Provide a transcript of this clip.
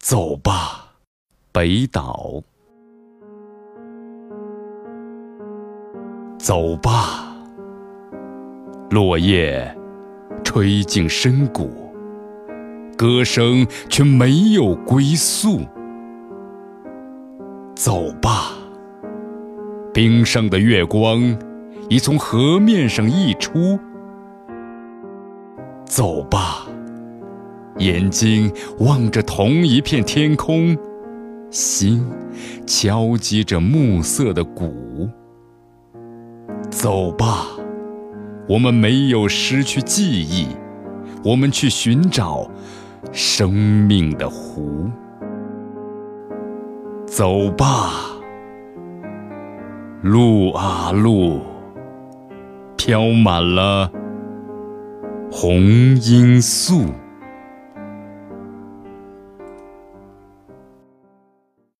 走吧，北岛。走吧，落叶吹进深谷，歌声却没有归宿。走吧，冰上的月光已从河面上溢出。走吧，眼睛望着同一片天空，心敲击着暮色的鼓。走吧，我们没有失去记忆，我们去寻找生命的湖。走吧，路啊路，飘满了红罂粟。